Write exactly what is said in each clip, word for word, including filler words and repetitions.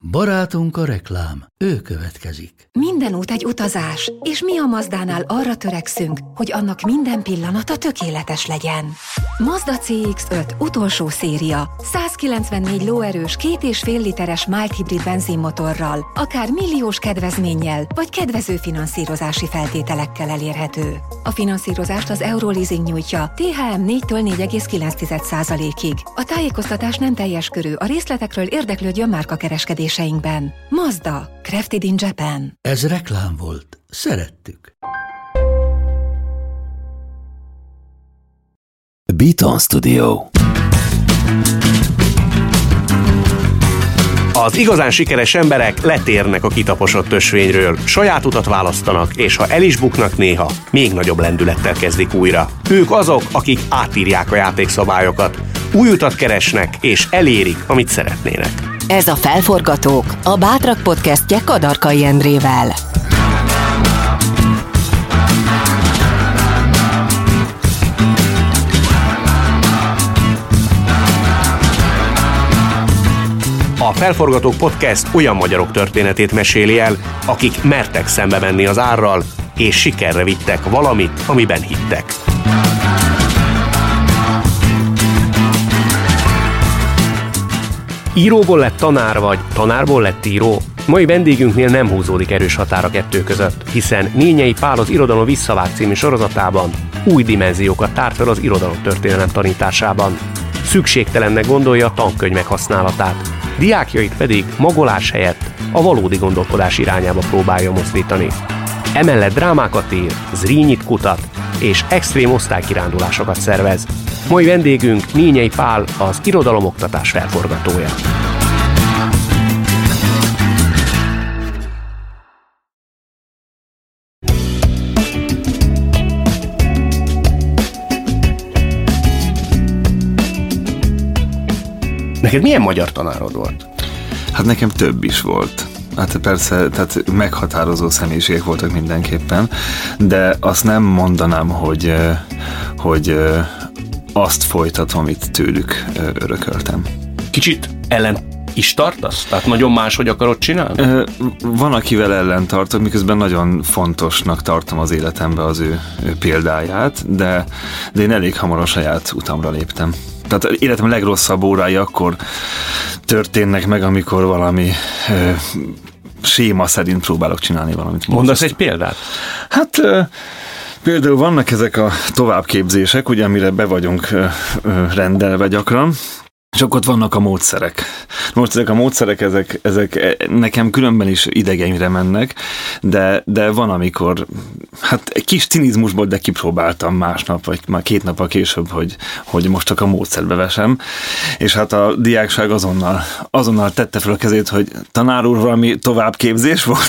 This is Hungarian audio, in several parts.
Barátunk a reklám, ő következik. Minden út egy utazás, és mi a Mazdánál arra törekszünk, hogy annak minden pillanata tökéletes legyen. Mazda cé iksz öt utolsó széria, százkilencvennégy lóerős, két és fél literes mild hibrid benzinmotorral, akár milliós kedvezménnyel, vagy kedvező finanszírozási feltételekkel elérhető. A finanszírozást az Euroleasing nyújtja té há em négytől négy egész kilenc százalékig. A tájékoztatás nem teljes körű, a részletekről érdeklődjön márkakereskedéseinkben. Mazda, crafted in Japan. Ez reklám volt. Szerettük. Beaton Studio. Az igazán sikeres emberek letérnek a kitaposott ösvényről, saját utat választanak, és ha el is buknak néha, még nagyobb lendülettel kezdik újra. Ők azok, akik átírják a játékszabályokat, új utat keresnek, és elérik, amit szeretnének. Ez a Felforgatók, a Bátrak podcastje Kadarkai Endrével. A Felforgatók podcast olyan magyarok történetét meséli el, akik mertek szembe menni az árral, és sikerre vittek valamit, amiben hittek. Íróból lett tanár, vagy tanárból lett író? Mai vendégünknél nem húzódik erős határ a kettő között, hiszen Nényei Pál az Irodalom Visszavág című sorozatában új dimenziókat tár fel az irodalomtörténelem tanításában. Szükségtelennek gondolja a tankönyvek használatát, diákjait pedig magolás helyett a valódi gondolkodás irányába próbálja mozdítani. Emellett drámákat ír, Zrínit kutat és extrém osztálykirándulásokat szervez. Mai vendégünk Nényei Pál, az irodalomoktatás felforgatója. Neked milyen magyar tanárod volt? Hát nekem több is volt. Hát persze, tehát meghatározó személyiségek voltak mindenképpen, de azt nem mondanám, hogy, hogy azt folytatom, amit tőlük örököltem. Kicsit ellen is tartasz? Tehát nagyon máshogy akarod csinálni? Van, akivel ellen tartok, miközben nagyon fontosnak tartom az életembe az ő, ő példáját, de, de én elég hamar a saját utamra léptem. Tehát életem legrosszabb órái akkor történnek meg, amikor valami ö, séma szerint próbálok csinálni valamit. Mondasz egy példát? Hát ö, például vannak ezek a továbbképzések, ugye, amire be vagyunk ö, ö, rendelve gyakran, és akkor ott vannak a módszerek. Most ezek a módszerek, ezek, ezek nekem különben is idegeimre mennek, de, de van, amikor hát egy kis cinizmusból, de kipróbáltam másnap, vagy már két nappal később, hogy, hogy most csak a módszerbe vesem, és hát a diákság azonnal, azonnal tette fel a kezét, hogy tanár úr, valami továbbképzés volt?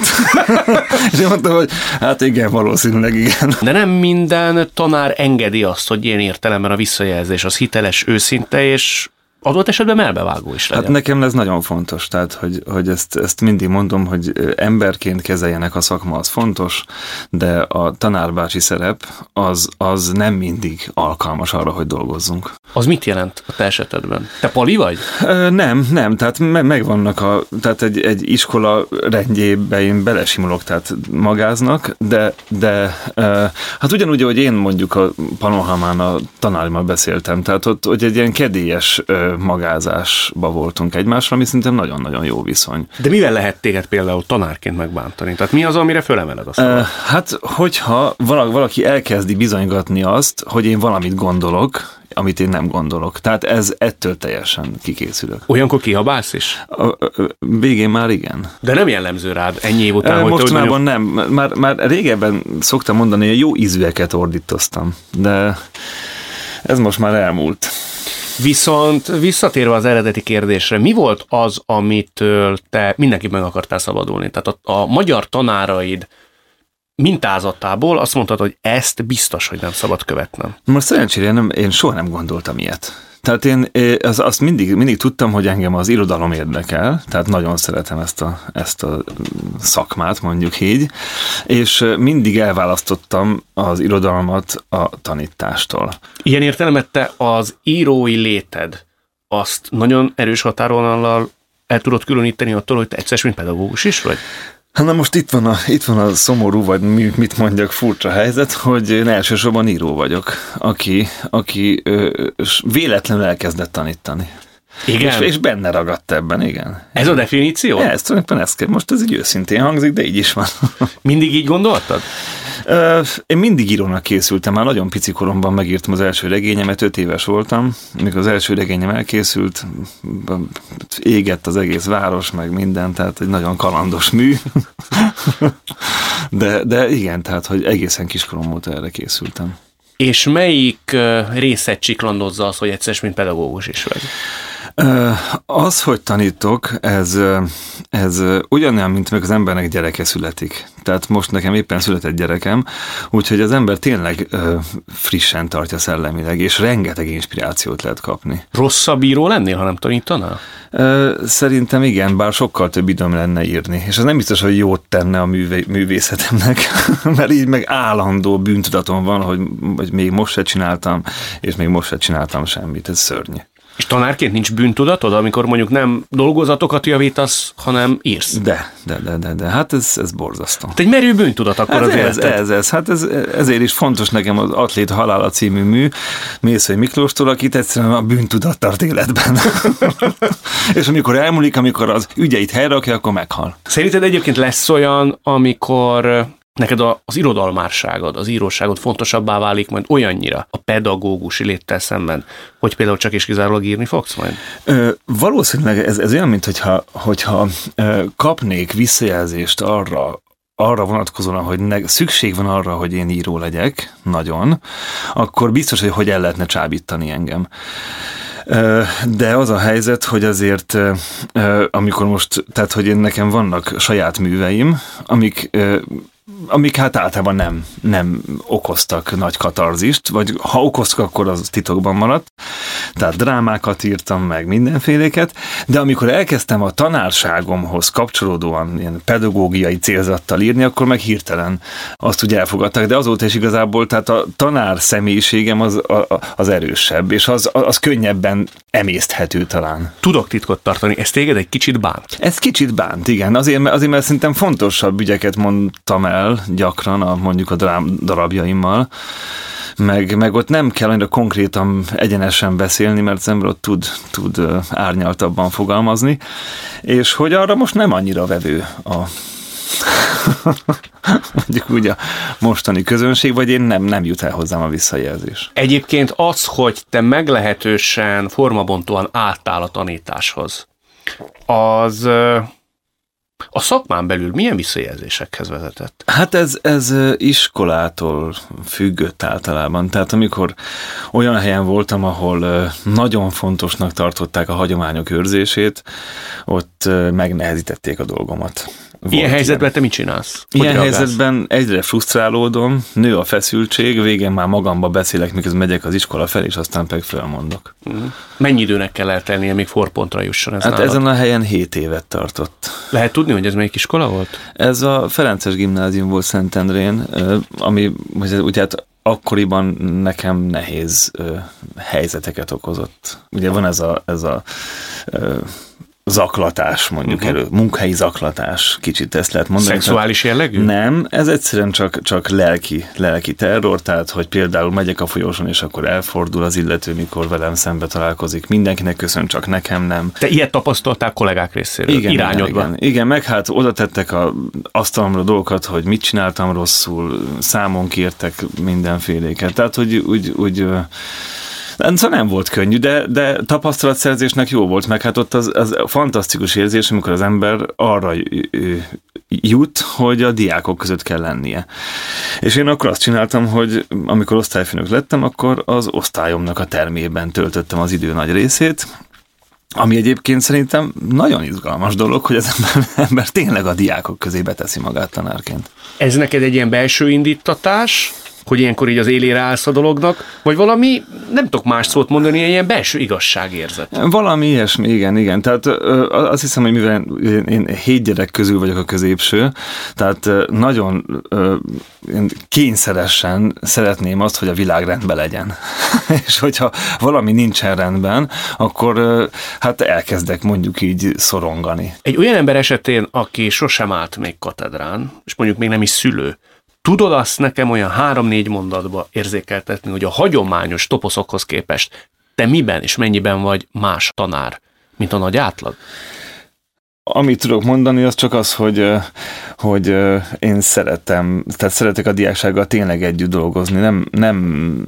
És én mondtam, hogy hát igen, valószínűleg igen. De nem minden tanár engedi azt, hogy ilyen értelemben a visszajelzés az hiteles, őszinte, és adott esetben melbevágó is legyen. Hát nekem ez nagyon fontos, tehát hogy, hogy ezt, ezt mindig mondom, hogy emberként kezeljenek, a szakma, az fontos, de a tanárbácsi szerep az, az nem mindig alkalmas arra, hogy dolgozzunk. Az mit jelent a te esetedben? Te pali vagy? Nem, nem, tehát me- megvannak a, tehát egy, egy iskola rendjébe én belesimulok, tehát magáznak, de, de hát ugyanúgy, hogy én mondjuk a Panohamán a tanárimmal beszéltem, tehát ott hogy egy ilyen kedélyes magázásba voltunk egymásra, ami szerintem nagyon-nagyon jó viszony. De mivel lehet téged például tanárként megbántani? Tehát mi az, amire fölemeled a szavat? Uh, hát, hogyha valaki elkezdi bizonygatni azt, hogy én valamit gondolok, amit én nem gondolok. Tehát ez ettől teljesen kikészülök. Olyankor kihabálsz is? A, a, a végén már igen. De nem jellemző rád ennyi év után, e, hogy mostanában te, hogy nem. Már, már régebben szoktam mondani, hogy jó ízűeket ordítoztam, de ez most már elmúlt. Viszont visszatérve az eredeti kérdésre, mi volt az, amitől te mindenképp meg akartál szabadulni? Tehát a, a magyar tanáraid mintázatából azt mondtad, hogy ezt biztos, hogy nem szabad követnem. Most szerencsére nem, én soha nem gondoltam ilyet. Tehát én az, azt mindig, mindig tudtam, hogy engem az irodalom érdekel, tehát nagyon szeretem ezt a, ezt a szakmát, mondjuk így, és mindig elválasztottam az irodalmat a tanítástól. Ilyen értelemben te az írói léted azt nagyon erős határvonallal el tudod különíteni attól, hogy te egyszer mint pedagógus is vagy? Na most itt van, a, itt van a szomorú, vagy mit mondjak, furcsa helyzet, hogy én elsősorban író vagyok, aki, aki ö, véletlenül elkezdett tanítani. Igen? És, és benne ragadt ebben, igen. Ez a definíció? Ez tulajdonképpen ez kell. Most ez így őszintén hangzik, de így is van. Mindig így gondoltad? Én mindig írónak készültem, már nagyon pici koromban megírtam az első regényemet, öt éves voltam, mikor az első regényem elkészült, égett az egész város, meg minden, tehát egy nagyon kalandos mű. De, de igen, tehát, hogy egészen kiskorom óta erre készültem. És melyik részet csiklandozza az, hogy egyszer mint pedagógus is vagy? Az, hogy tanítok, ez, ez ugyanolyan, mint amikor az embernek gyereke születik. Tehát most nekem éppen született gyerekem, úgyhogy az ember tényleg frissen tartja szellemileg, és rengeteg inspirációt lehet kapni. Rosszabb író lennél, ha nem tanítanál? Szerintem igen, bár sokkal több időm lenne írni. És az nem biztos, hogy jót tenne a művé, művészetemnek, mert így meg állandó bűntudatom van, hogy, hogy még most se csináltam, és még most se csináltam semmit. Ez szörnyű. És tanárként nincs bűntudatod, amikor mondjuk nem dolgozatokat javítasz, hanem írsz? De, de, de, de, de. Hát ez, ez borzasztó. Hát egy merő bűntudat akkor hát az ez, életed. Ez, ez, hát ez, ezért is fontos nekem az Atléta halála című mű Mészői Miklóstól, akit egyszerűen a bűntudat tart életben. És amikor elmúlik, amikor az ügyeit helyrakja, akkor meghal. Szerinted egyébként lesz olyan, amikor neked az irodalmárságod, az íróságod fontosabbá válik majd olyannyira a pedagógusi léttel szemben, hogy például csak és kizárólag írni fogsz majd? Ö, valószínűleg ez, ez olyan, mint hogyha, hogyha ö, kapnék visszajelzést arra, arra vonatkozóan, hogy ne, szükség van arra, hogy én író legyek, nagyon, akkor biztos, hogy hogy el lehetne csábítani engem. De az a helyzet, hogy azért, amikor most, tehát, hogy én nekem vannak saját műveim, amik amik hát általában nem, nem okoztak nagy katarzist, vagy ha okoztak, akkor az titokban maradt. Tehát drámákat írtam meg, mindenféléket, de amikor elkezdtem a tanárságomhoz kapcsolódóan ilyen pedagógiai célzattal írni, akkor meg hirtelen azt ugye elfogadták, de azóta is igazából, tehát a tanár személyiségem az, az erősebb, és az, az könnyebben emészthető talán. Tudok titkot tartani, ez téged egy kicsit bánt? Ez kicsit bánt, igen. Azért, azért mert szerintem fontosabb ügyeket mondtam el gyakran, a, mondjuk a drám, darabjaimmal, meg, meg ott nem kell annyira konkrétan, egyenesen beszélni, mert az ember ott tud, tud árnyaltabban fogalmazni, és hogy arra most nem annyira vevő a mondjuk úgy a mostani közönség, vagy én nem, nem jut el hozzám a visszajelzés. Egyébként az, hogy te meglehetősen formabontóan álltál a tanításhoz, az a szakmán belül milyen visszajelzésekhez vezetett? Hát ez, ez iskolától függött általában. Tehát amikor olyan helyen voltam, ahol nagyon fontosnak tartották a hagyományok őrzését, ott megnehezítették a dolgomat. Volt ilyen helyzetben te mit csinálsz? Hogy ilyen reagálsz? Helyzetben egyre frusztrálódom, nő a feszültség, végén már magamba beszélek, miközben megyek az iskola felé, és aztán pedig felmondok. Mm. Mennyi időnek kell eltelnie, még forpontra jusson ez Hát nálad? Ezen a helyen hét évet tartott. Lehet tudni, hogy ez melyik iskola volt? Ez a Ferences Gimnázium volt Szentendrén, ami ugye hát akkoriban nekem nehéz helyzeteket okozott. Ugye van ez a, ez a zaklatás, mondjuk uh-huh. elő, munkahelyi zaklatás, kicsit ezt lehet mondani. Szexuális jellegű? Nem, ez egyszerűen csak, csak lelki, lelki terror, tehát, hogy például megyek a folyosón, és akkor elfordul az illető, mikor velem szembe találkozik. Mindenkinek köszön, csak nekem nem. Te ilyet tapasztaltál kollégák részéről, igen, irányodban? Igen, igen, meg hát oda tettek a asztalomra dolgokat, hogy mit csináltam rosszul, számon kértek mindenféléket. Tehát, hogy úgy, úgy szóval nem volt könnyű, de, de tapasztalatszerzésnek jó volt, meg hát ott az, az fantasztikus érzés, amikor az ember arra jut, hogy a diákok között kell lennie. És én akkor azt csináltam, hogy amikor osztályfőnök lettem, akkor az osztályomnak a termében töltöttem az idő nagy részét, ami egyébként szerintem nagyon izgalmas dolog, hogy az ember, ember tényleg a diákok közé beteszi magát tanárként. Ez neked egy ilyen belső indítatás, hogy ilyenkor így az élére állsz a dolognak, vagy valami, nem tudok más szót mondani, ilyen belső igazságérzet. Valami ilyesmi, igen, igen. Tehát azt hiszem, hogy mivel én hét gyerek közül vagyok a középső, tehát nagyon kényszeresen szeretném azt, hogy a világ rendben legyen. És hogyha valami nincsen rendben, akkor hát elkezdek mondjuk így szorongani. Egy olyan ember esetén, aki sosem állt még katedrán, és mondjuk még nem is szülő, tudod azt nekem olyan három-négy mondatba érzékeltetni, hogy a hagyományos toposzokhoz képest te miben és mennyiben vagy más tanár, mint a nagy átlag? Amit tudok mondani, az csak az, hogy, hogy én szeretem, tehát szeretek a diáksággal tényleg együtt dolgozni, nem, nem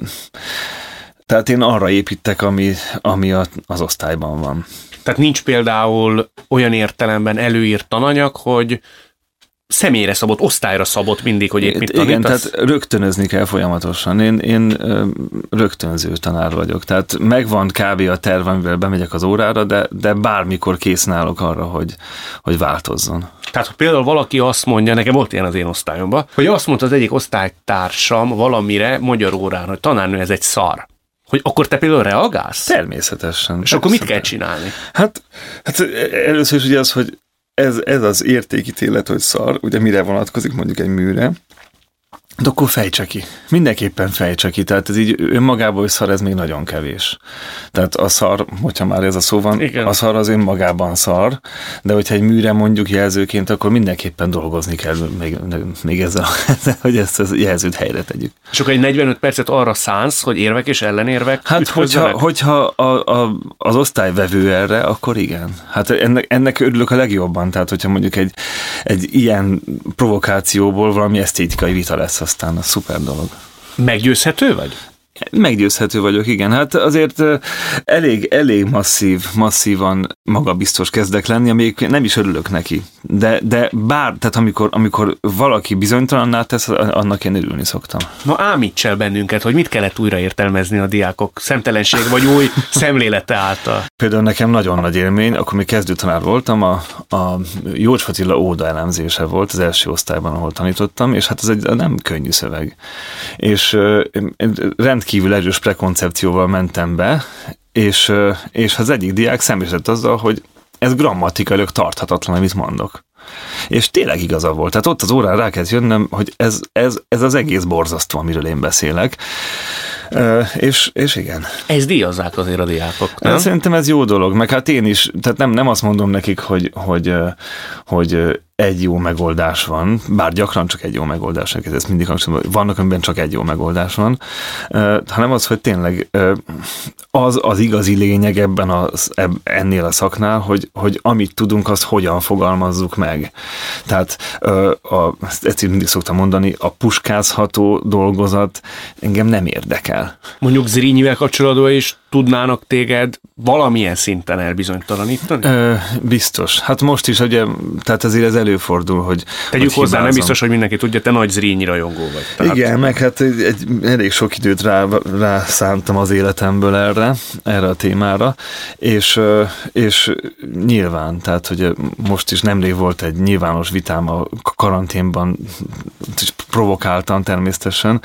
tehát én arra építek, ami, ami az osztályban van. Tehát nincs például olyan értelemben előírt tananyag, hogy személyre szabott, osztályra szabott mindig, hogy épp mit tanítasz? Igen, tehát rögtönözni kell folyamatosan. Én, én rögtönző tanár vagyok. Tehát megvan kb. A terv, amivel bemegyek az órára, de, de bármikor készen állok arra, hogy, hogy változzon. Tehát, hogy például valaki azt mondja, nekem volt ilyen az én osztályomban, hogy azt mondta az egyik osztálytársam valamire magyar órán, hogy tanárnő, ez egy szar. Hogy akkor te például reagálsz? Természetesen. És akkor mit kell csinálni? Hát, hát először is ugye az, hogy Ez, ez az értékítélet, hogy szar, ugye mire vonatkozik mondjuk egy műre, de akkor fejtse ki. Mindenképpen fejtse ki. Tehát ez így önmagában, hogy szar, ez még nagyon kevés. Tehát a szar, hogyha már ez a szó van, igen. A szar az önmagában szar, de hogyha egy műre mondjuk jelzőként, akkor mindenképpen dolgozni kell még, még ezzel, hogy ezt a jelzőt helyre tegyük. És akkor egy negyvenöt percet arra szánsz, hogy érvek és ellenérvek Hát hogyha, hogyha a, a, az osztály vevő erre, akkor igen. Hát ennek, ennek örülök a legjobban. Tehát hogyha mondjuk egy, egy ilyen provokációból valami esztétikai vita lesz, aztán a szuper dolog. Meggyőzhető vagy? Meggyőzhető vagyok, igen. Hát azért elég, elég masszív, masszívan magabiztos kezdek lenni, amíg nem is örülök neki. De, de bár, tehát amikor, amikor valaki bizonytalanná tesz, annak én örülni szoktam. Na ámíts el bennünket, hogy mit kellett újra értelmezni a diákok szemtelenség vagy új szemlélete által. Például nekem nagyon nagy élmény, akkor még kezdőtanár voltam, a, a Jócs Attila óda elemzése volt az első osztályban, ahol tanítottam, és hát ez egy nem könnyű szöveg. És rendkívül kívül erős prekoncepcióval mentem be, és, és az egyik diák szembeesett azzal, hogy ez grammatikailag tarthatatlan, amit mondok. És tényleg igaza volt. Tehát ott az órán rá kellett jönnöm, hogy ez, ez, ez az egész borzasztó, amiről én beszélek. Uh, és, és igen. Ez díjazzák azért a diákok, nem? Szerintem ez jó dolog, meg hát én is, tehát nem, nem azt mondom nekik, hogy, hogy, hogy egy jó megoldás van, bár gyakran csak egy jó megoldás, ez mindig hangsúlyozom, vannak, amiben csak egy jó megoldás van, uh, hanem az, hogy tényleg uh, az az igazi lényeg ebben az, eb, ennél a szaknál, hogy, hogy amit tudunk, azt hogyan fogalmazzuk meg. Tehát uh, a, ezt mindig szoktam mondani, a puskázható dolgozat engem nem érdekel. Mondjuk Zrínyivel kapcsolatban is tudnának téged valamilyen szinten elbizonytalanítani? Ö, biztos. Hát most is, ugye, tehát azért ez előfordul, hogy tegyük hogy hozzá, nem biztos, hogy mindenki tudja, te nagy Zrínyi rajongó vagy. Tehát... Igen, meg hát egy, egy, elég sok időt rá, rá szántam az életemből erre, erre a témára, és, és nyilván, tehát hogy most is nemrég volt egy nyilvános vitám a karanténban, provokáltan természetesen,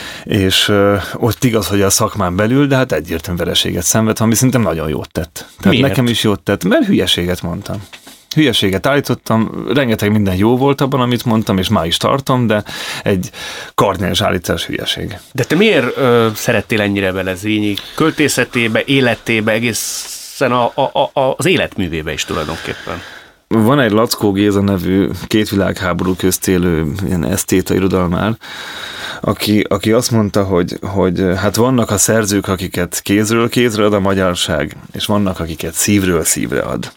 és uh, ott igaz, hogy a szakmán belül, de hát egyértelmű vereséget szenved, ami szerintem nagyon jót tett. Tehát miért? Nekem is jót tett, mert hülyeséget mondtam. Hülyeséget állítottam, rengeteg minden jó volt abban, amit mondtam, és már is tartom, de egy kardinális állítás hülyeség. De te miért ö, szerettél ennyire bele Zrínyi költészetébe, életébe, egészen a, a, a, az életművébe is tulajdonképpen? Van egy Lackó Géza nevű két világháború közt élő ilyen esztéta irodalmár, aki, aki azt mondta, hogy, hogy hát vannak a szerzők, akiket kézről kézre ad a magyarság, és vannak, akiket szívről szívre ad.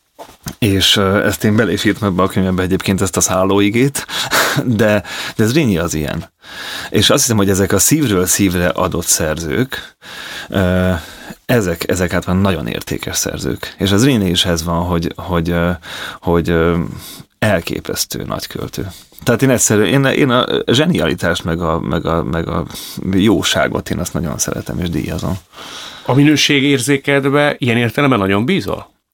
És ezt én bele is írtam ebbe a könyvbe egyébként ezt a szállóigét, de, de Zrínyi az ilyen. És azt hiszem, hogy ezek a szívről szívre adott szerzők, ezek, ezek hát van nagyon értékes szerzők. És az Zrínyi is ez van, hogy, hogy, hogy elképesztő nagy költő. Tehát én egyszerűen, én, én a zsenialitást, meg a, meg, a, meg a jóságot én azt nagyon szeretem és díjazom. A minőségérzékedbe ilyen értelemben nagyon bízol?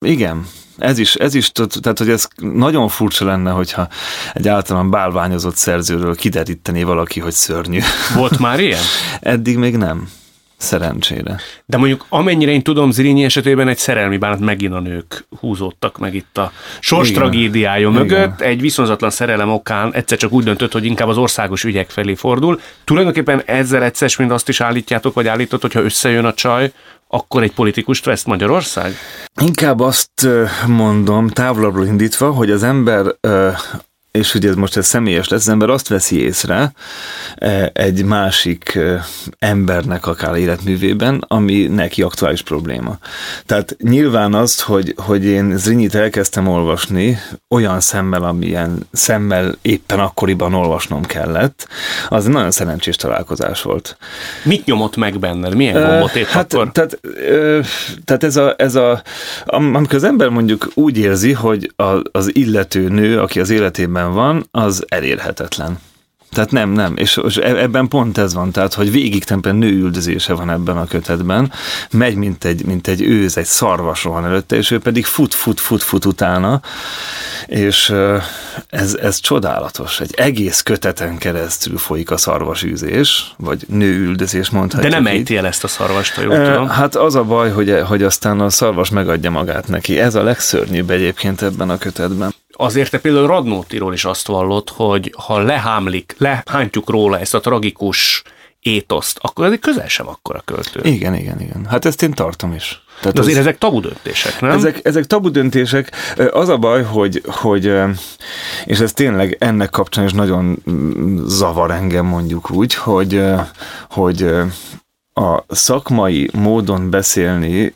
Igen. Ez is, ez is, tehát hogy ez nagyon furcsa lenne, hogyha egy általán bálványozott szerzőről kiderítené valaki, hogy szörnyű. Volt már ilyen? Eddig még nem. Szerencsére. De mondjuk amennyire én tudom, Zrínyi esetében egy szerelmi bánat, megint a nők húzódtak meg itt a sors igen. tragédiája mögött. Igen. Egy viszonzatlan szerelem okán egyszer csak úgy döntött, hogy inkább az országos ügyek felé fordul. Tulajdonképpen ezzel egyszer, mint azt is állítjátok, vagy állított, hogyha összejön a csaj, akkor egy politikust vesz Magyarország? Inkább azt mondom, távolabbról indítva, hogy az ember, és ugye most ez személyes lesz, az ember azt veszi észre egy másik embernek akár életművében, ami neki aktuális probléma. Tehát nyilván azt, hogy, hogy én Zrinyit elkezdtem olvasni olyan szemmel, amilyen szemmel éppen akkoriban olvasnom kellett, az nagyon szerencsés találkozás volt. Mit nyomott meg benned? Milyen gombot ért hát, akkor? Tehát, tehát ez, a, ez a, amikor az ember mondjuk úgy érzi, hogy az illető nő, aki az életében van, az elérhetetlen. Tehát nem, nem, és, és ebben pont ez van, tehát, hogy végig tempen nőüldözése van ebben a kötetben, megy, mint egy, mint egy őz, egy szarvas rohan előtte, és ő pedig fut, fut, fut, fut utána, és ez, ez csodálatos. Egy egész köteten keresztül folyik a szarvasűzés, vagy nőüldözés mondhatjuk. De nem ejti el ezt a szarvast, ha jól tudom. Hát az a baj, hogy, hogy aztán a szarvas megadja magát neki. Ez a legszörnyűbb egyébként ebben a kötetben. Azért te például Radnótiról is azt vallod, hogy ha lehámlik, lehántjuk róla ezt a tragikus étoszt, akkor ez közel sem akkora költő. Igen, igen, igen. Hát ezt én tartom is. Tehát de azért az, ezek tabu döntések, nem? Ezek, ezek tabu döntések. Az a baj, hogy, hogy, és ez tényleg ennek kapcsán is nagyon zavar engem, mondjuk úgy, hogy, hogy a szakmai módon beszélni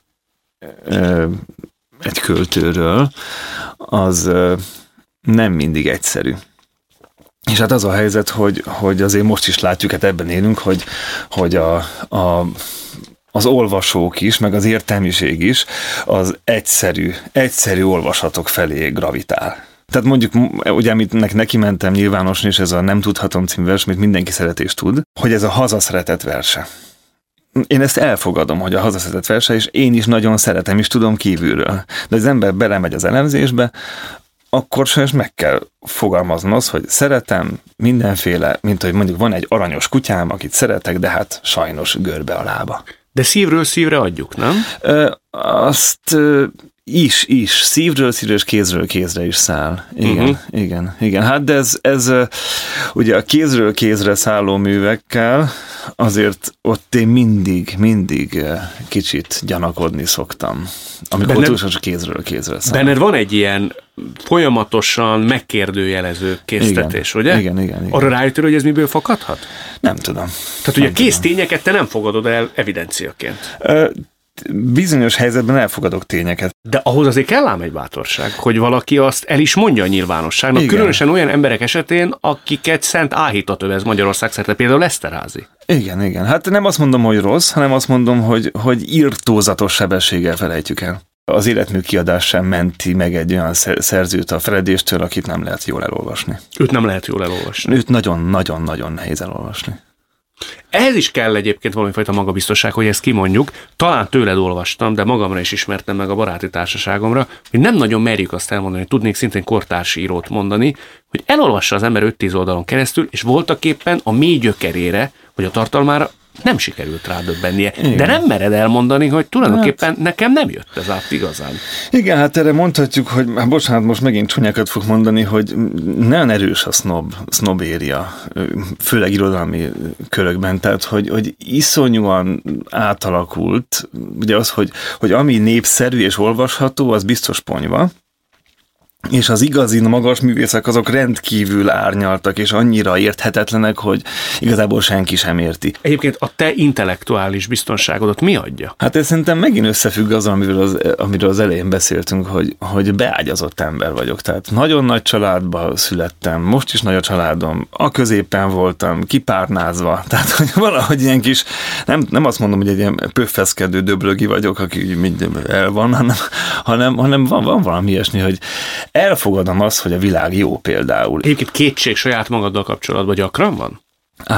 egy költőről, az nem mindig egyszerű. És hát az a helyzet, hogy, hogy azért most is látjuk, hát ebben élünk, hogy, hogy a, a, az olvasók is, meg az értelmiség is az egyszerű, egyszerű olvasatok felé gravitál. Tehát mondjuk, ugye, amit neki mentem nyilvánosan, és ez a Nem tudhatom című vers, amit mindenki szeret és tud, hogy ez a hazaszeretett verse. Én ezt elfogadom, hogy a hazaszeretett verse, és én is nagyon szeretem, és tudom kívülről. De az ember belemegy az elemzésbe, akkor sajnos meg kell fogalmaznom azt, hogy szeretem mindenféle, mint hogy mondjuk van egy aranyos kutyám, akit szeretek, de hát sajnos görbe a lába. De szívről szívre adjuk, nem? Ö, azt ö, is, is. Szívről szívre és kézről kézre is száll. Igen, uh-huh. igen, igen. Hát de ez, ez ugye a kézről kézre szálló művekkel azért ott én mindig, mindig kicsit gyanakodni szoktam. Amikor benned, túlságosan kézről kézre száll. Benned van egy ilyen folyamatosan megkérdőjelező késztetés, igen, ugye? Igen, igen, igen. Arra rájöttél, hogy ez miből fakadhat? Nem tudom. Tehát ugye a kész tényeket te nem fogadod el evidenciaként. Ö, bizonyos helyzetben elfogadok tényeket. De ahhoz azért kell ám egy bátorság, hogy valaki azt el is mondja a nyilvánosságnak. Igen. Különösen olyan emberek esetén, akiket szent áhítat övez Magyarország szerte, például Eszterházy. Igen, igen. Hát nem azt mondom, hogy rossz, hanem azt mondom, hogy, hogy irtózatos sebességgel felejtjük el. Az életmű kiadás sem menti meg egy olyan szerzőt a feledéstől, akit nem lehet jól elolvasni. Őt nem lehet jól elolvasni. Őt nagyon-nagyon-nagyon nehéz elolvasni. Ehhez is kell egyébként valamifajta magabiztosság, hogy ezt kimondjuk. Talán tőled olvastam, de magamra is ismertem meg a baráti társaságomra, hogy nem nagyon merjük azt elmondani, hogy tudnék szintén kortárs írót mondani, hogy elolvassa az ember öt-tíz oldalon keresztül, és voltaképpen a mély gyökerére, vagy a tartalmára nem sikerült rádöbbennie. Igen. De nem mered elmondani, hogy tulajdonképpen hát, nekem nem jött ez át igazán. Igen, hát erre mondhatjuk, hogy hát bocsánat, most megint csúnyákat fog mondani, hogy nagyon erős a sznob, sznobéria, főleg irodalmi körökben, tehát hogy, hogy iszonyúan átalakult, ugye az, hogy, hogy ami népszerű és olvasható, az biztos ponyva, és az igazi magas művészek azok rendkívül árnyaltak, és annyira érthetetlenek, hogy igazából senki sem érti. Egyébként a te intellektuális biztonságodat mi adja? Hát ez szerintem megint összefügg az, amiről az, amiről az elején beszéltünk, hogy, hogy beágyazott ember vagyok. Tehát nagyon nagy családba születtem, most is nagy a családom, a középen voltam, kipárnázva. Tehát hogy valahogy ilyen kis, nem, nem azt mondom, hogy egy ilyen pöffeszkedő döblögi vagyok, aki mind el van, hanem, hanem, hanem van, van valami ilyesmi, hogy elfogadom azt, hogy a világ jó például. Egyébként kétség saját magaddal kapcsolatban gyakran van?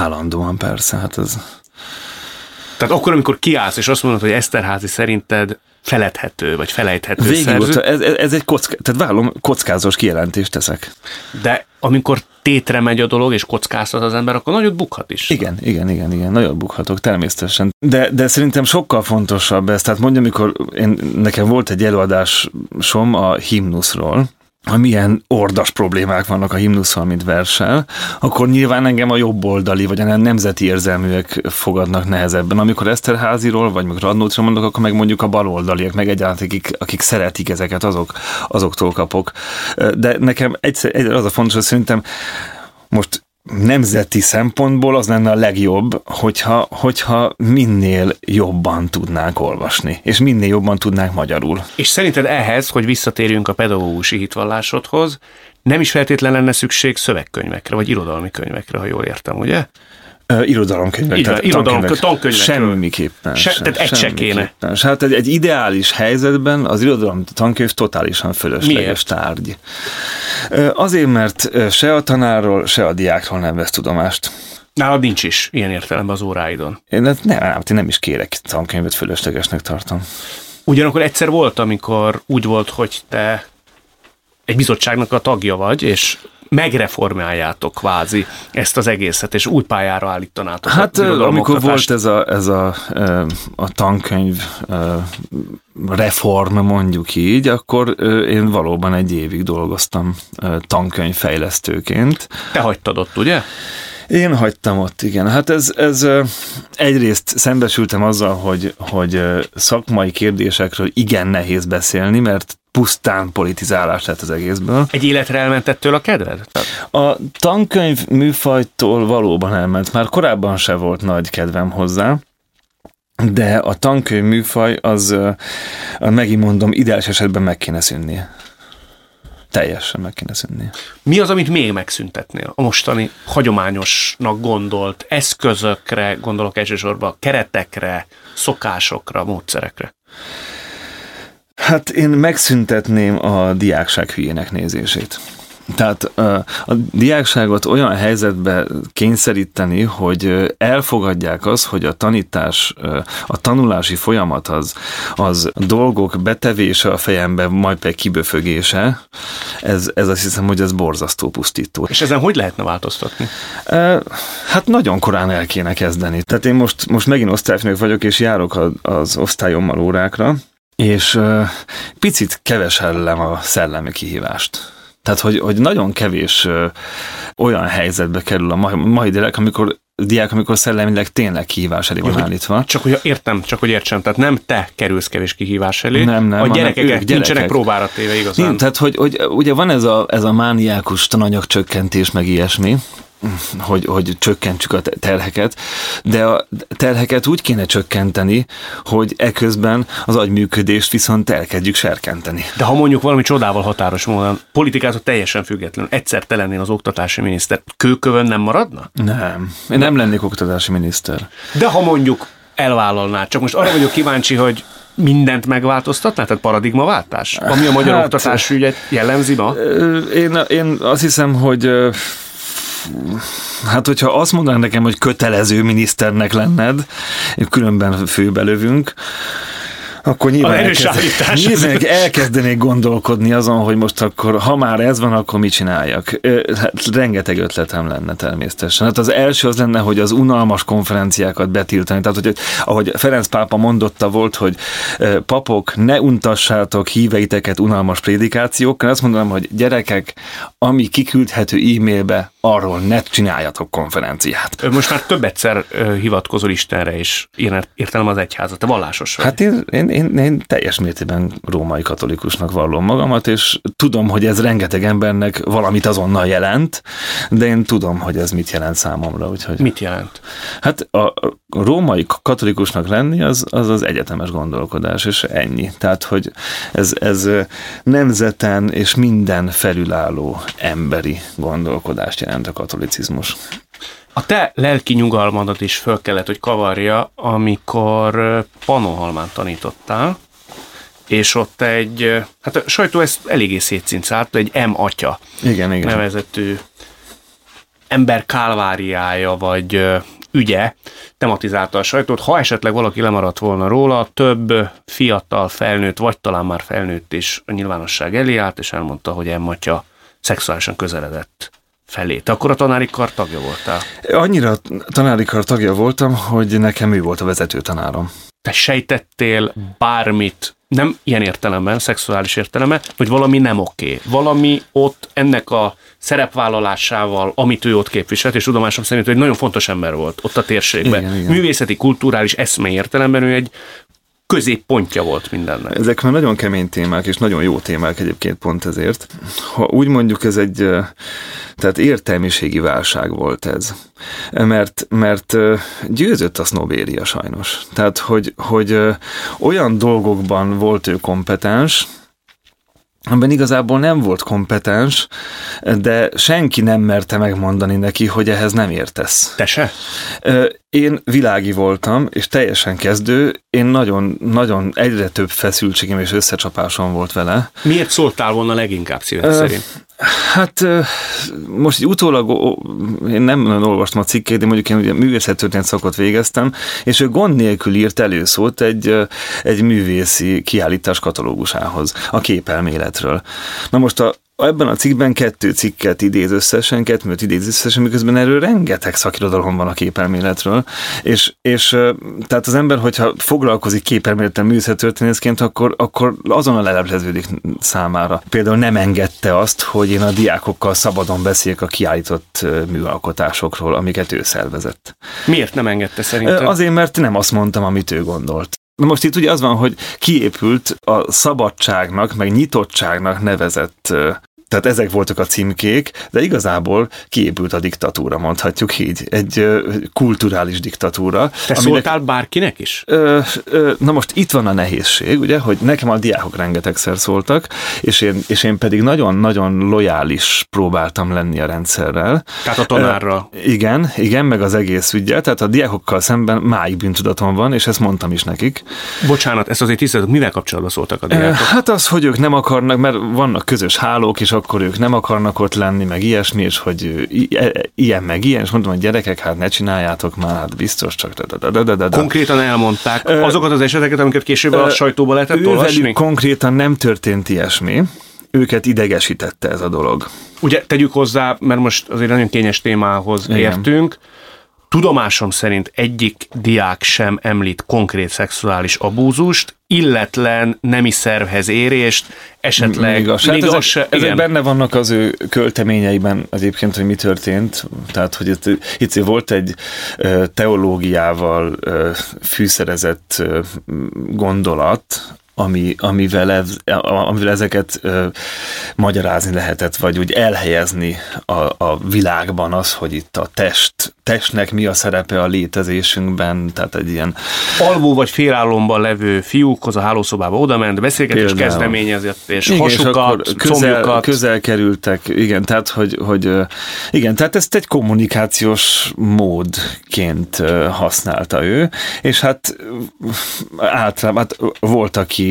Állandóan persze, hát ez... Tehát akkor, amikor kiállsz, és azt mondod, hogy Eszterházy szerinted feledhető, vagy felejthető Végig szerző. ott, ez, ez egy kocka, tehát vállom, kockázós kijelentést teszek. De amikor tétre megy a dolog, és kockáztat az ember, akkor nagyot bukhat is. Igen, igen, igen, igen, nagyon bukhatok, természetesen. De, de szerintem sokkal fontosabb ez, tehát mondja, amikor én, nekem volt egy előadásom a himnuszról, amilyen ordas problémák vannak a himnusszal, mint verssel, akkor nyilván engem a jobboldali, vagy a nemzeti érzelműek fogadnak nehezebben. Amikor Eszterházyról, vagy meg Radnótról mondok, akkor meg mondjuk a baloldaliak, meg egyáltalán akik, akik szeretik ezeket, azok, azoktól kapok. De nekem egyszer, egyszer az a fontos, hogy szerintem most nemzeti szempontból az lenne a legjobb, hogyha, hogyha minél jobban tudnánk olvasni, és minél jobban tudnánk magyarul. És szerinted ehhez, hogy visszatérjünk a pedagógusi hitvallásodhoz, nem is feltétlen lenne szükség szövegkönyvekre, vagy irodalmi könyvekre, ha jól értem, ugye? Uh, irodalomkönyvek. Így, tehát irodalom, tankönyvek. tankönyvekről. Semmiképpen. Se, tehát egy se kéne. Hát egy, egy ideális helyzetben az irodalom tankönyv totálisan fölösleges Miért? tárgy. Uh, azért, mert se a tanárról, se a diákról nem vesz tudomást. Nálad nincs is ilyen értelemben az óráidon. Én nem, nem, én nem is kérek tankönyvet, fölöslegesnek tartom. Ugyanakkor egyszer volt, amikor úgy volt, hogy te egy bizottságnak a tagja vagy, és megreformáljátok kvázi ezt az egészet, és új pályára állítanátok. Hát amikor volt ez a, ez a, a tankönyv reform, mondjuk így, akkor én valóban egy évig dolgoztam tankönyvfejlesztőként. Te hagytad ott, ugye? Én hagytam ott, igen. Hát ez, ez egyrészt szembesültem azzal, hogy, hogy szakmai kérdésekről igen nehéz beszélni, mert pusztán politizálás lett az egészből. Egy életre elmentettől a kedved? A tankönyv műfajtól valóban elment. Már korábban se volt nagy kedvem hozzá, de a tankönyv műfaj az, megint mondom, ideális esetben meg kéne szűnnie. Teljesen meg kéne szűnnie. Mi az, amit még megszüntetnél? A mostani hagyományosnak gondolt eszközökre, gondolok elsősorban keretekre, szokásokra, módszerekre? Hát én megszüntetném a diákság hülyének nézését. Tehát a diákságot olyan helyzetbe kényszeríteni, hogy elfogadják azt, hogy a tanítás, a tanulási folyamat az, az dolgok betevése a fejembe, majd pedig kiböfögése, ez, ez azt hiszem, hogy ez borzasztó pusztító. És ezen hogy lehetne változtatni? Hát nagyon korán el kéne kezdeni. Tehát én most, most megint osztályfőnök vagyok, és járok az osztályommal órákra, és picit kevesellem a szellemi kihívást. Tehát, hogy, hogy nagyon kevés ö, olyan helyzetbe kerül a mai, mai diák, amikor, diák, amikor szellemileg tényleg kihívás elé van ja, állítva. Csak hogy értem, csak hogy értsem, tehát nem te kerülsz kevés kihívás elé, nem, nem, a gyerekek gyerekek. nincsenek próbára téve igazán. Nem, tehát, hogy, hogy ugye van ez a, ez a mániákus tananyagcsökkentés, meg ilyesmi, hogy, hogy csökkentsük a terheket, de a terheket úgy kéne csökkenteni, hogy eközben az agyműködést viszont elkezdjük serkenteni. De ha mondjuk valami csodával határos módon, politikától teljesen függetlenül, egyszer te lennél az oktatási miniszter, kőkövön nem maradna? Nem, én nem lennék oktatási miniszter. De ha mondjuk elvállalnád, csak most arra vagyok kíváncsi, hogy mindent megváltoztatná? Tehát paradigmaváltás? Ami a magyar hát, oktatási ügyet jellemzi ma? Én, én azt hiszem, hogy hát, hogyha azt mondanak nekem, hogy kötelező miniszternek lenned, különben főbelövünk, akkor nyilván, elkezd, nyilván elkezdenék gondolkodni azon, hogy most akkor, ha már ez van, akkor mit csináljak. Hát rengeteg ötletem lenne természetesen. Hát az első az lenne, hogy az unalmas konferenciákat betiltani. Tehát, hogy ahogy Ferenc pápa mondotta volt, hogy papok, ne untassátok híveiteket unalmas prédikációkkal, azt mondanám, hogy gyerekek, ami kiküldhető e-mailbe, arról ne csináljatok konferenciát. Most már több egyszer hivatkozol Istenre, és ilyen értelem az egyházat. Te vallásos vagy. Hát én, én, én, én teljes mértékben római katolikusnak vallom magamat, és tudom, hogy ez rengeteg embernek valamit azonnal jelent, de én tudom, hogy ez mit jelent számomra. Úgyhogy... Mit jelent? Hát a, a római katolikusnak lenni az, az az egyetemes gondolkodás, és ennyi. Tehát, hogy ez, ez nemzeten és minden felülálló emberi gondolkodást jelent a katolicizmus. A te lelki nyugalmadat is föl kellett, hogy kavarja, amikor Pannonhalmán tanítottál, és ott egy, hát a sajtó ezt eléggé szétcincált, egy M. Atya igen, igen. nevezetű ember kálváriája, vagy ügye tematizálta a sajtót. Ha esetleg valaki lemaradt volna róla, több fiatal felnőtt, vagy talán már felnőtt is a nyilvánosság elé állt, és elmondta, hogy Emmatya szexuálisan közeledett felé. Te akkor a tanári kar tagja voltál? Annyira tanári kar tagja voltam, hogy nekem ő volt a vezető tanárom. Te sejtettél bármit, nem ilyen értelemben, szexuális értelemben, hogy valami nem oké. Valami ott ennek a szerepvállalásával, amit ő ott képviselt, és tudomásom szerint ő egy nagyon fontos ember volt ott a térségben. Igen, igen. Művészeti, kulturális, eszmei értelemben ő egy középpontja volt mindennek. Ezek már nagyon kemény témák, és nagyon jó témák egyébként pont ezért. Ha úgy mondjuk, ez egy tehát értelmiségi válság volt ez. Mert, mert győzött a sznobéria sajnos. Tehát, hogy, hogy olyan dolgokban volt ő kompetens, amiben igazából nem volt kompetens, de senki nem merte megmondani neki, hogy ehhez nem értesz. Te se? Én világi voltam, és teljesen kezdő, én nagyon, nagyon egyre több feszültségem és összecsapásom volt vele. Miért szóltál volna leginkább szíved szerint? Hát most így utólag én nem nagyon olvastam a cikkét, de mondjuk én ugye művészettörténet szakot végeztem, és ő gond nélkül írt előszót egy, egy művészi kiállítás katalógusához, a képelméletről. Na most a ebben a cikkben kettő cikket idéz összesen, kettőt idéz összesen, miközben erről rengeteg szakirodalom van a képelméletről, és, és tehát az ember, hogyha foglalkozik képelmélettel művészettörténészként, akkor, akkor azonnal lelepleződik számára. Például nem engedte azt, hogy én a diákokkal szabadon beszéljek a kiállított műalkotásokról, amiket ő szervezett. Miért nem engedte szerintem? Azért, mert nem azt mondtam, amit ő gondolt. Na most itt ugye az van, hogy kiépült a szabadságnak, meg nyitottságnak nevezett, tehát ezek voltak a címkék, de igazából kiépült a diktatúra, mondhatjuk így. Egy ö, kulturális diktatúra. Te aminek, szóltál bárkinek is? Ö, ö, na most itt van a nehézség, ugye, hogy nekem a diákok rengetegszer szóltak, és én, és én pedig nagyon-nagyon lojális próbáltam lenni a rendszerrel. Tehát a tanárral. Ö, igen, igen, meg az egész ügyel, tehát a diákokkal szemben máig bűntudatom van, és ezt mondtam is nekik. Bocsánat, ezt azért tisztázok, mivel kapcsolatban szóltak a diákok? Ö, hát az, hogy ők nem akarnak, mert vannak közös hálók, és akkor ők nem akarnak ott lenni, meg ilyesmi, és hogy ilyen, meg ilyen, és mondtam, hogy gyerekek, hát ne csináljátok már, hát biztos csak. Da, da, da, da, da. Konkrétan elmondták ö, azokat az eseteket, amiket később ö, a sajtóba lehetett olvasni? Konkrétan nem történt ilyesmi. Őket idegesítette ez a dolog. Ugye tegyük hozzá, mert most azért nagyon kényes témához igen. értünk, tudomásom szerint egyik diák sem említ konkrét szexuális abúzust, illetlen nemi szervhez érést, esetleg még az, még hát az ezek, se, ezek benne vannak az ő költeményeiben egyébként, hogy mi történt. Tehát, hogy itt, itt volt egy teológiával fűszerezett gondolat, Ami, amivel, ez, amivel ezeket ö, magyarázni lehetett, vagy úgy elhelyezni a, a világban az, hogy itt a test, testnek mi a szerepe a létezésünkben, tehát egy ilyen... Alvó vagy félállomban levő fiúkhoz a hálószobába odament, beszélgetés kezdeményezett, és igen, hasukat, és közel, combjukat. Közel kerültek, igen, tehát, hogy, hogy, igen, tehát ezt egy kommunikációs módként használta ő, és hát általában hát volt, aki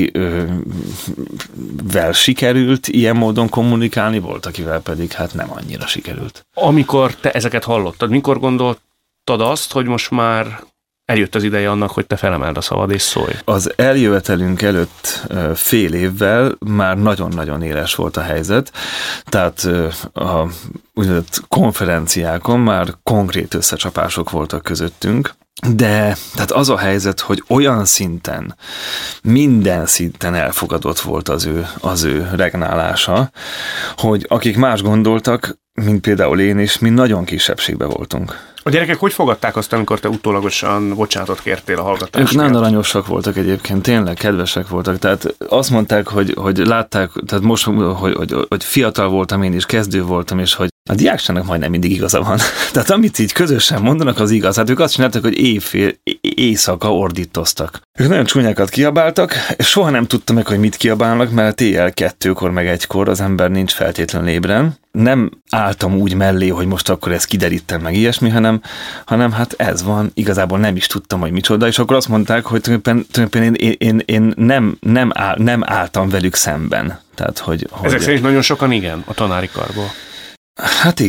vel sikerült ilyen módon kommunikálni, volt, akivel pedig hát nem annyira sikerült. Amikor te ezeket hallottad, mikor gondoltad azt, hogy most már eljött az ideje annak, hogy te felemeld a szavad és szólj? Az eljövetelünk előtt fél évvel már nagyon-nagyon éles volt a helyzet, tehát a úgynevezett konferenciákon már konkrét összecsapások voltak közöttünk, de tehát az a helyzet, hogy olyan szinten, minden szinten elfogadott volt az ő, az ő regnálása, hogy akik más gondoltak, mint például én is, mi nagyon kisebbségben voltunk. A gyerekek hogy fogadták azt, amikor te utólagosan bocsánatot kértél a hallgatás Ők nagyon aranyosak voltak egyébként, tényleg kedvesek voltak. Tehát azt mondták, hogy, hogy látták, tehát most, hogy, hogy, hogy fiatal voltam én is, kezdő voltam, és hogy a diákságnak majdnem mindig igaza van. Tehát amit így közösen mondanak, az igaz. Hát ők azt csináltak, hogy éjfél, éjszaka ordítoztak. Ők nagyon csúnyákat kiabáltak, és soha nem tudtam meg, hogy mit kiabálnak, mert éjjel kettőkor meg egykor az ember nincs feltétlenül ébren. Nem álltam úgy mellé, hogy most akkor ezt kiderítem meg ilyesmi, hanem, hanem hát ez van, igazából nem is tudtam, hogy micsoda, és akkor azt mondták, hogy tulajdonképpen, tulajdonképpen én, én, én nem, nem, áll, nem álltam velük szemben. Tehát, hogy, Ezek hogy... szerint nagyon sokan igen, a tanári karból. Hát igen,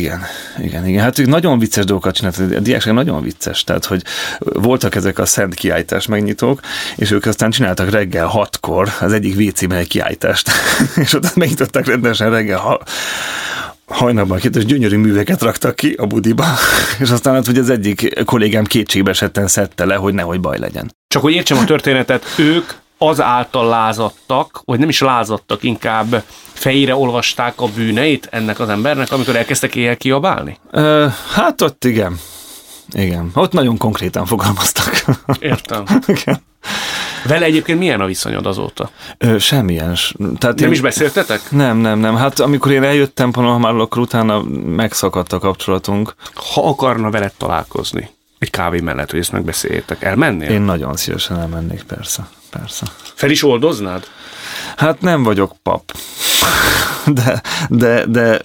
igen, igen. Hát ők nagyon vicces dolgokat csináltak, a diákság nagyon vicces, tehát, hogy voltak ezek a szent kiállítás megnyitók, és ők aztán csináltak reggel hatkor az egyik vécében egy kiállítást, és ott megnyitották rendesen reggel ha hajnalban két, és gyönyörű műveket raktak ki a budiba, és aztán hát, hogy az egyik kollégám kétségbe esetten szedte le, hogy nehogy baj legyen. Csak hogy értsem a történetet, ők azáltal lázadtak, vagy nem is lázadtak, inkább fejére olvasták a bűneit ennek az embernek, amikor elkezdtek éjjel kiabálni? Ö, hát ott igen. Igen. Ott nagyon konkrétan fogalmaztak. Értem. Igen. Vele egyébként milyen a viszonyod azóta? Ö, semmilyen. Tehát nem én... is beszéltetek? Nem, nem, nem. Hát amikor én eljöttem Panohamáról, akkor utána megszakadt a kapcsolatunk. Ha akarna veled találkozni, egy kávé mellett, hogy ezt megbeszéljétek, elmennél? Én nagyon szívesen elmennék, persze. Persze. Fel is oldoznád? Hát nem vagyok pap. De, de, de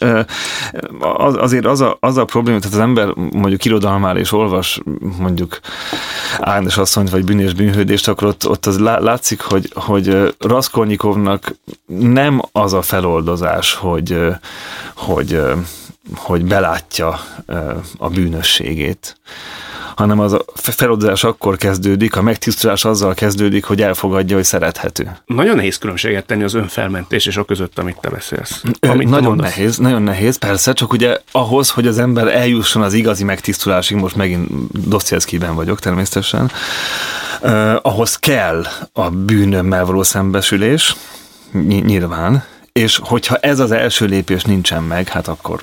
az, azért az a, az a probléma, tehát az ember mondjuk irodalmál és olvas mondjuk Ágnes asszonyt vagy Bűn és bűnhődést, akkor ott, ott az látszik, hogy, hogy Raskolnikovnak nem az a feloldozás, hogy, hogy, hogy belátja a bűnösségét, hanem az a feloldozás akkor kezdődik, a megtisztulás azzal kezdődik, hogy elfogadja, hogy szerethető. Nagyon nehéz különbséget tenni az önfelmentés és a között, amit te beszélsz. Amit nagyon nehéz, nagyon nehéz, persze, csak ugye ahhoz, hogy az ember eljusson az igazi megtisztulásig, most megint Dostoyevskyben vagyok természetesen, eh, ahhoz kell a bűnömmel való szembesülés, nyilván, és hogyha ez az első lépés nincsen meg, hát akkor,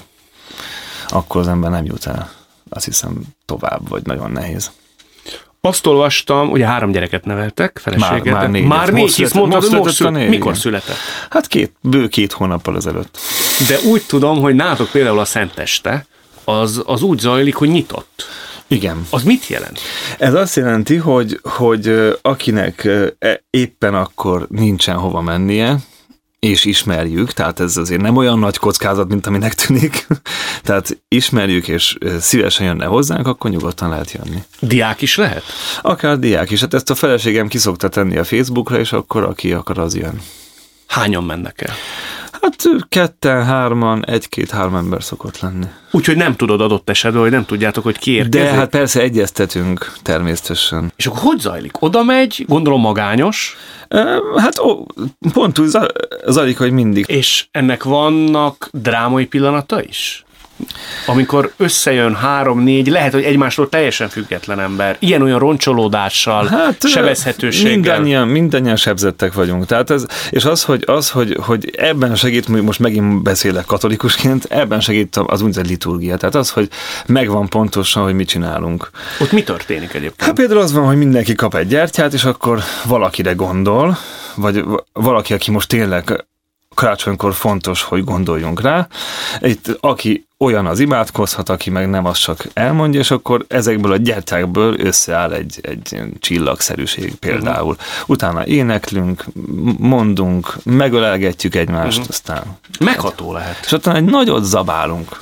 akkor az ember nem jut el. Azt hiszem tovább, vagy nagyon nehéz. Azt olvastam, ugye három gyereket neveltek, feleséget. Már, már négy. Már négy, hisz mondtad, hogy most született. Mikor igen. született? Hát két, bő két hónappal ezelőtt. De úgy tudom, hogy nálatok például a Szenteste, az, az úgy zajlik, hogy nyitott. Igen. Az mit jelent? Ez azt jelenti, hogy, hogy akinek éppen akkor nincsen hova mennie, és ismerjük, tehát ez azért nem olyan nagy kockázat, mint aminek tűnik. Tehát ismerjük, és szívesen jönne hozzánk, akkor nyugodtan lehet jönni. Diák is lehet? Akár diák is. Hát ezt a feleségem ki szokta tenni a Facebookra, és akkor aki akar, az jön. Hányan mennek el? Hát ketten, hárman, egy-két-három ember szokott lenni. Úgyhogy nem tudod adott esetben, hogy nem tudjátok, hogy ki érkezik? De hát persze egyeztetünk természetesen. És akkor hogy zajlik? Oda megy, gondolom magányos? Hát ó, pont úgy zajlik, hogy mindig. És ennek vannak drámai pillanata is? Amikor összejön három-négy, lehet, hogy egymástól teljesen független ember, ilyen-olyan roncsolódással, hát, sebezhetőséggel. Mindannyian, mindannyian sebzettek vagyunk. Tehát ez, és az, hogy, az hogy, hogy ebben segít, most megint beszélek katolikusként, ebben segít az úgynevezett liturgia. Tehát az, hogy megvan pontosan, hogy mit csinálunk. Ott mi történik egyébként? Hát például az van, hogy mindenki kap egy gyertyát, és akkor valakire gondol, vagy valaki, aki most tényleg karácsonykor fontos, hogy gondoljunk rá. Itt aki olyan az imádkozhat, aki meg nem, az csak elmondja, és akkor ezekből a gyertyákból összeáll egy, egy csillagszerűség például. Uh-huh. Utána éneklünk, mondunk, megölelgetjük egymást, uh-huh. aztán... Megható lehet. És utána egy nagyot zabálunk.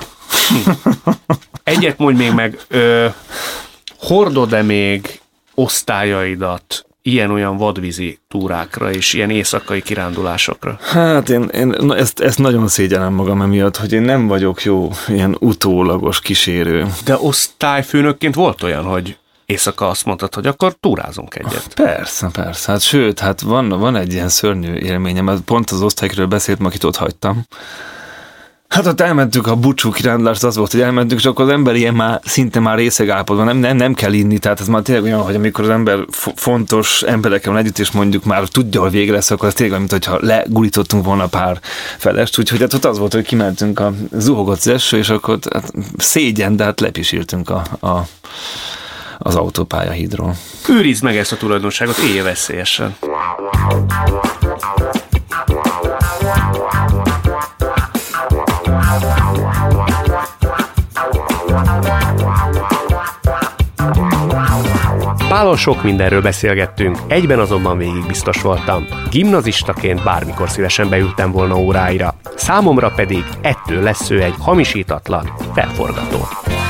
Egyet mondj még meg, ö, hordod-e még osztályaidat ilyen-olyan vadvízi túrákra és ilyen éjszakai kirándulásokra? Hát én, én ezt, ezt nagyon szégyenem magam emiatt, hogy én nem vagyok jó ilyen utólagos kísérő. De osztályfőnökként volt olyan, hogy éjszaka azt mondtad, hogy akkor túrázunk egyet. Persze, persze. Hát sőt, hát van, van egy ilyen szörnyű élményem, mert pont az osztályokról beszéltem, akit ott hagytam. Hát ott elmentünk a búcsú kirándulást, az volt, hogy elmentünk, és akkor az ember ilyen már szinte már részeg állapotban, nem, nem, nem kell inni, tehát ez már tényleg olyan, hogy amikor az ember f- fontos emberekkel van együtt, és mondjuk már tudja, hogy vége lesz, akkor az tényleg, mint hogyha legurítottunk volna pár felest, úgyhogy hát ott az volt, hogy kimentünk a zuhogott az eső, és akkor hát szégyen, de hát lepisírtünk a, a, az autópályahídról. Őrizd meg ezt a tulajdonságot, élj veszélyesen. Pállal sok mindenről beszélgettünk, egyben azonban végig biztos voltam. Gimnazistaként bármikor szívesen beültem volna óráira, számomra pedig ettől lesz ő egy hamisítatlan felforgató.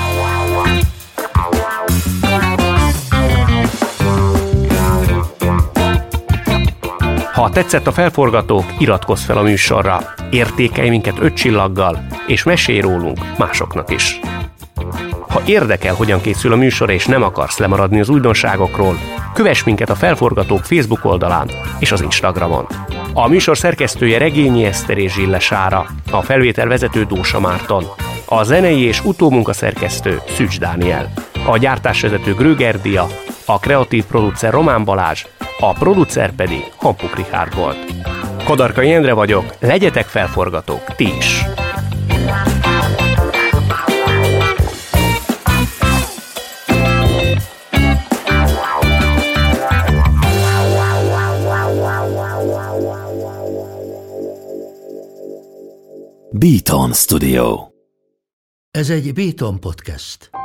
Ha tetszett a felforgatók, iratkozz fel a műsorra, értékelj minket öt csillaggal, és mesélj rólunk másoknak is. Ha érdekel, hogyan készül a műsor és nem akarsz lemaradni az újdonságokról, kövess minket a Felforgatók Facebook oldalán és az Instagramon. A műsor szerkesztője Regényi Eszter és Zsille Sára, a felvétel vezető Dósa Márton, a zenei és utómunkaszerkesztő Szűcs Dániel, a gyártásvezető Gröger Dia, a kreatív producer Román Balázs, a producer pedig Hampuk Richárd volt. Kadarkai Endre vagyok, legyetek felforgatók ti is! Beaton Studio. Ez egy Beaton Podcast.